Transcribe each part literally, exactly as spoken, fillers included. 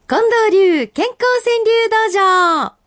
近藤流健康川柳道場。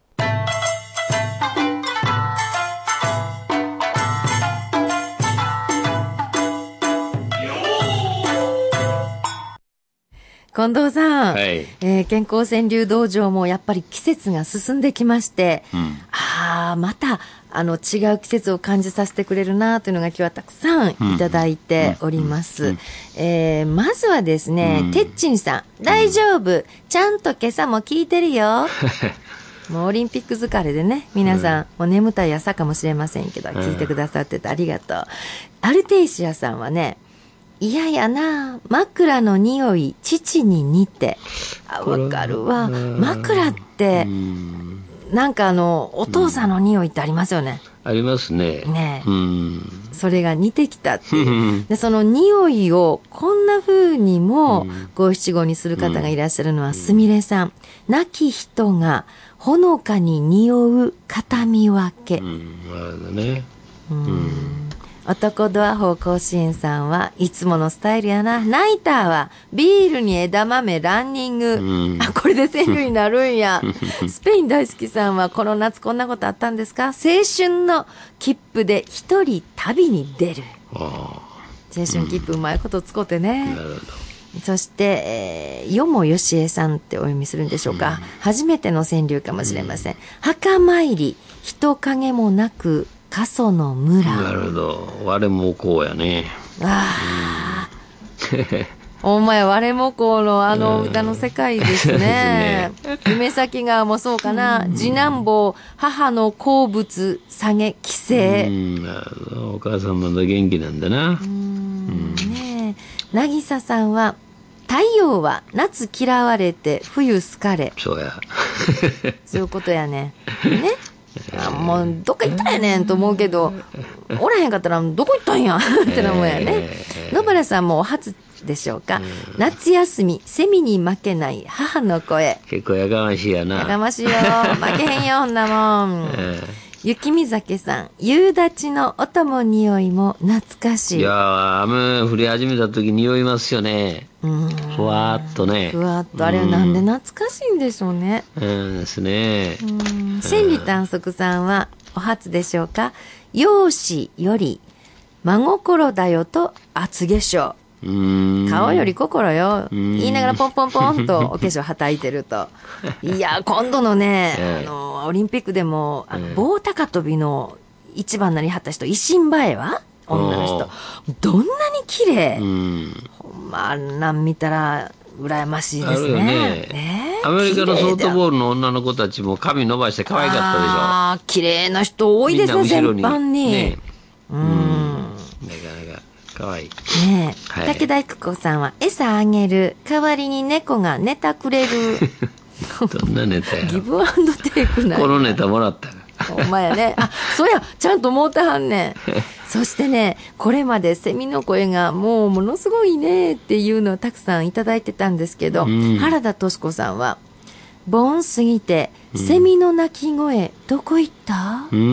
近藤さん、はい、えー、健康川柳道場もやっぱり季節が進んできまして、うん、ああまたあの違う季節を感じさせてくれるなというのが今日はたくさんいただいております、うんうんえー、まずはですね、うん、てっちんさん、大丈夫、ちゃんと今朝も聞いてるよもうオリンピック疲れでね皆さん、うん、もう眠たい朝かもしれませんけど聞いてくださっててありがとう、うん、アルテイシアさんはね、いややな、枕の匂い父に似て、あ、わかるわ。枕ってなんかあのお父さんの匂いってありますよね、 うん、ありますね。 ねえ、うん、それが似てきたっていうで、その匂いをこんな風にも五七五にする方がいらっしゃるのはすみれさん。亡き人がほのかに匂う片見分け、うん、なるほどね、うん、男ドアホ甲子園さんはいつものスタイルやな。ナイターはビールに枝豆ランニング、うん、あ、これで川柳になるんやスペイン大好きさんはこの夏こんなことあったんですか。青春の切符で一人旅に出る。青春切符うまいこと使ってね、うん、なるほど。そして、えー、よもよしえさんってお読みするんでしょうか、うん、初めての川柳かもしれません、うん、墓参り人影もなく過疎の村。 なるほど。我もこうやね。 ああ、うん、お前我もこうのあの歌の世界ですね。夢先川もそうかな。次男坊母の好物下げ帰省。 なるほど。お母さんまだ元気なんだな。うん、 ねえ、渚さんは太陽は夏嫌われて冬好かれ。 そうや。 そういうことやね。ね。あ、もうどっか行ったんやねんと思うけど、おらへんかったらどこ行ったんやってなもんやね。野原さんもお初でしょうか。夏休みセミに負けない母の声。 結構やかましいやな。 やかましいよ、負けへんよほんなもん。雪見酒さん、夕立の音も匂いも懐かしい。 いや、雨降り始めた時匂いますよね。うん、ふわーっとね。 ふわっと、あれはなんで懐かしいんでしょうね。 うんですね。うん、 千里短足さんはお初でしょうか。容姿より真心だよと厚化粧。うーん、顔より心よ言いながらポンポンポンとお化粧はたいてるといや今度のね、あのオリンピックでもあの棒高跳びの一番なりはった人、維新バエは女の人どんなに綺麗、ほんまあんなん見たら羨ましいですね。 ねね、アメリカのソフトボールの女の子たちも髪伸ばして可愛かったでしょ。 あー、綺麗な人多いですね、全般に、ね、うん、うん、 なかなかかわいいねえ、はい、武田育子さんは餌あげる代わりに猫がネタくれるどんなネタやギブアンドテイクない。 このネタもらったほんまやね。あ、そうや、ちゃんともうたはんねんそしてね、これまでセミの声がもうものすごいねっていうのをたくさんいただいてたんですけど、うん、原田敏子さんは盆過ぎてセミの鳴き声、うん、どこ行った？ うん、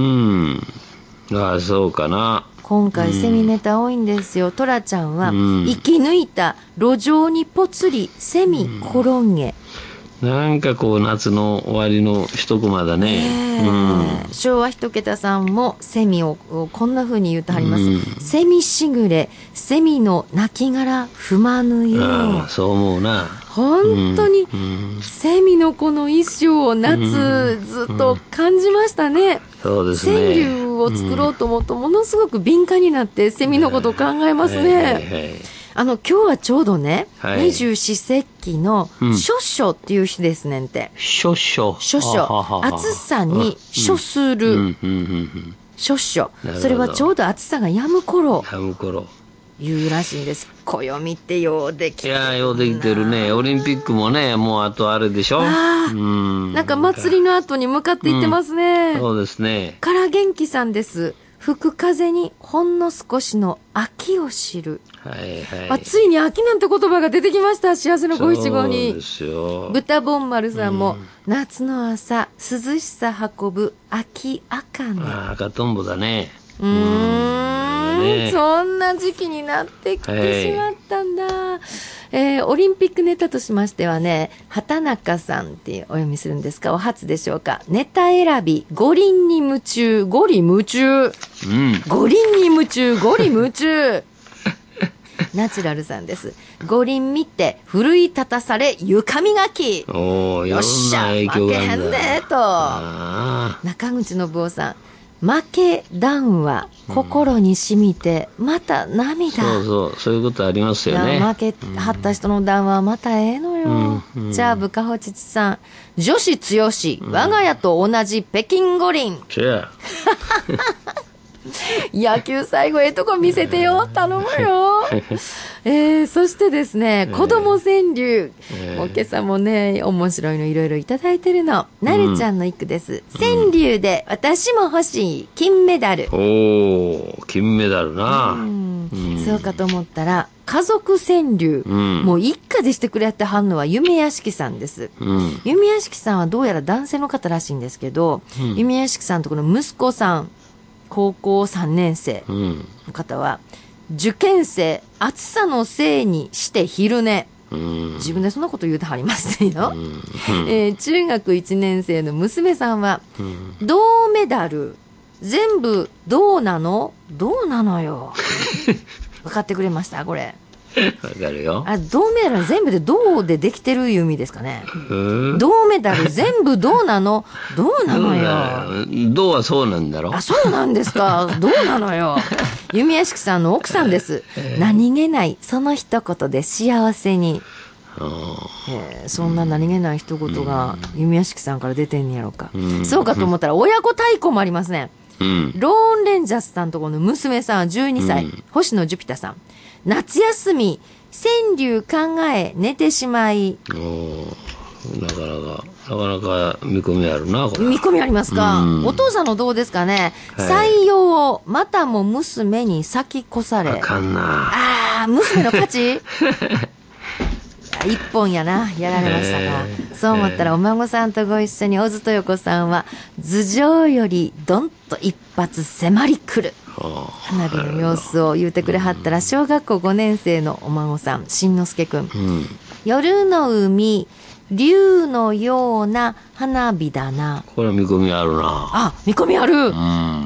ああ、そうかな。 今回セミネタ多いんですよ。トラちゃんは、うん、生き抜いた路上にぽつりセミ転げ、 うん、なんかこう夏の終わりの一コマだね、えーうん、昭和一桁さんもセミをこんな風に言ってはります、うん、セミしぐれセミの鳴き殻踏まぬよう。 ああ、そう思うな。 本当に、うん、セミのこの一生を夏、うん、ずっと感じましたね、うん、そうですね。川柳を作ろうと思うとものすごく敏感になってセミのことを考えますね、はいはいはい、あの今日はちょうどね、はい、二十四節気の処暑っていう日ですねんて。 処暑、 処暑、暑さに処する処暑、それはちょうど暑さが止む頃止む頃言うらしいんです。暦ってようできてるな。 いや、ようできてるね。オリンピックもね、もうあとあれでしょ。あ、 うん、なんか祭りの後に向かっていってますね、うん、 そうですね。 から元気さんです。吹く風にほんの少しの秋を知る、はいはい、あ、ついに秋なんて言葉が出てきました。幸せのご七五に。そうですよ。豚ボン丸さんも、うん、夏の朝涼しさ運ぶ秋茜。 あ、赤とんぼだね。 うーん、ね、そんな時期になってきてしまったんだ、はい、 えー、オリンピックネタとしましてはね、畑中さんってお読みするんですか、お初でしょうか。ネタ選び、五輪に夢中、五里夢中。うん。五輪に夢中、五里夢中。ナチュラルさんです。五輪見て、奮い立たされ、床磨き。 おー、 よっしゃ、負けへんで、と。中口信夫さん。負け談話、心に染みて、また涙。 そうそう、そういうことありますよね。 負けはった人の談話はまたええのよ。うんうん、じゃあ、部下ほちちさん。女子強し、我が家と同じ北京五輪。 せや。 野球最後ええとこ見せてよ、頼むよ。えー、そしてですね、子供川柳、えー、もう今朝もね面白いのいろいろいただいてるの。なるちゃんの一句です、うん、川柳で私も欲しい金メダル。 おー、金メダルな、 うんうん、そうかと思ったら家族川柳、うん、もう一家でしてくれってはんのは夢屋敷さんです、うん、夢屋敷さんはどうやら男性の方らしいんですけど、うん、夢屋敷さんとこの息子さん高校さんねん生の方は、うん、受験生暑さのせいにして昼寝、うん、自分でそんなこと言うてはりますよ、うんうんえー、中学いちねん生の娘さんは、うん、銅メダル全部どうなのどうなのよ分かってくれましたこれ。 わかるよ。 あ、銅メダル全部で銅でできてるいう意味ですかね。銅メダル全部銅なのどうなのよ。 銅はそうなんだろ。 あ、そうなんですか。どうなのよ。弓屋敷さんの奥さんです。何気ないその一言で幸せに。えー、そんな何気ない一言が弓屋敷さんから出てんねやろか。うん、そうかと思ったら親子太鼓もありますね。うん、ローンレンジャースさんとこの娘さんじゅうにさい、うん、星野ジュピタさん。夏休み川柳考え寝てしまい。 おなかなかなかなか見込みあるなこれ。 見込みありますか、うん、お父さんのどうですかね、はい、採用をまたも娘に先越され。 あかんなあー娘の勝ち一本やなやられましたか、えー、そう思ったらお孫さんとご一緒に小津豊子さんは頭上よりどんと一発迫り来る花火の様子を言うてくれはったら、小学校ごねん生のお孫さんしんのすけくん、うん、夜の海竜のような花火だな。 これは見込みあるなあ。見込みある、うん、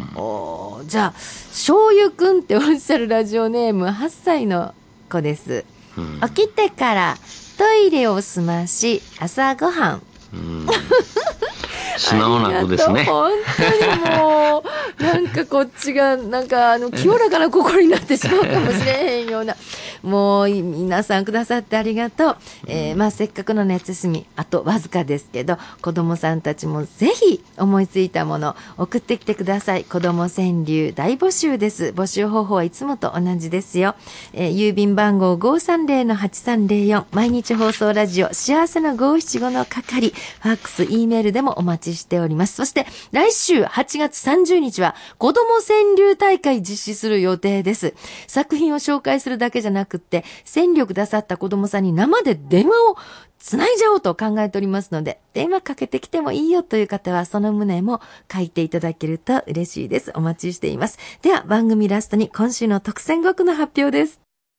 おじゃあ醤油くんっておっしゃるラジオネームはっさいの子です、うん、起きてからトイレを済まし朝ごはん、うん素直な子ですね。 本当にもうなんかこっちがなんかあの清らかな心になってしまうかもしれへんようなもう皆さんくださってありがとう、えーまあ、せっかくの夏休みあとわずかですけど子どもさんたちもぜひ思いついたもの送ってきてください。子ども川柳大募集です。募集方法はいつもと同じですよ、えー、郵便番号 ごーさんぜろのはちさんぜろよん 毎日放送ラジオ幸せのごーしちごの係ファックス E メールでもお待ちしております。そして来週はちがつさんじゅうにちは子ども川柳大会実施する予定です。作品を紹介するだけじゃなくって川柳くださった子どもさんに生で電話をつないじゃおうと考えておりますので、電話かけてきてもいいよという方はその旨も書いていただけると嬉しいです。お待ちしています。では番組ラストに今週の特選ごくの発表です。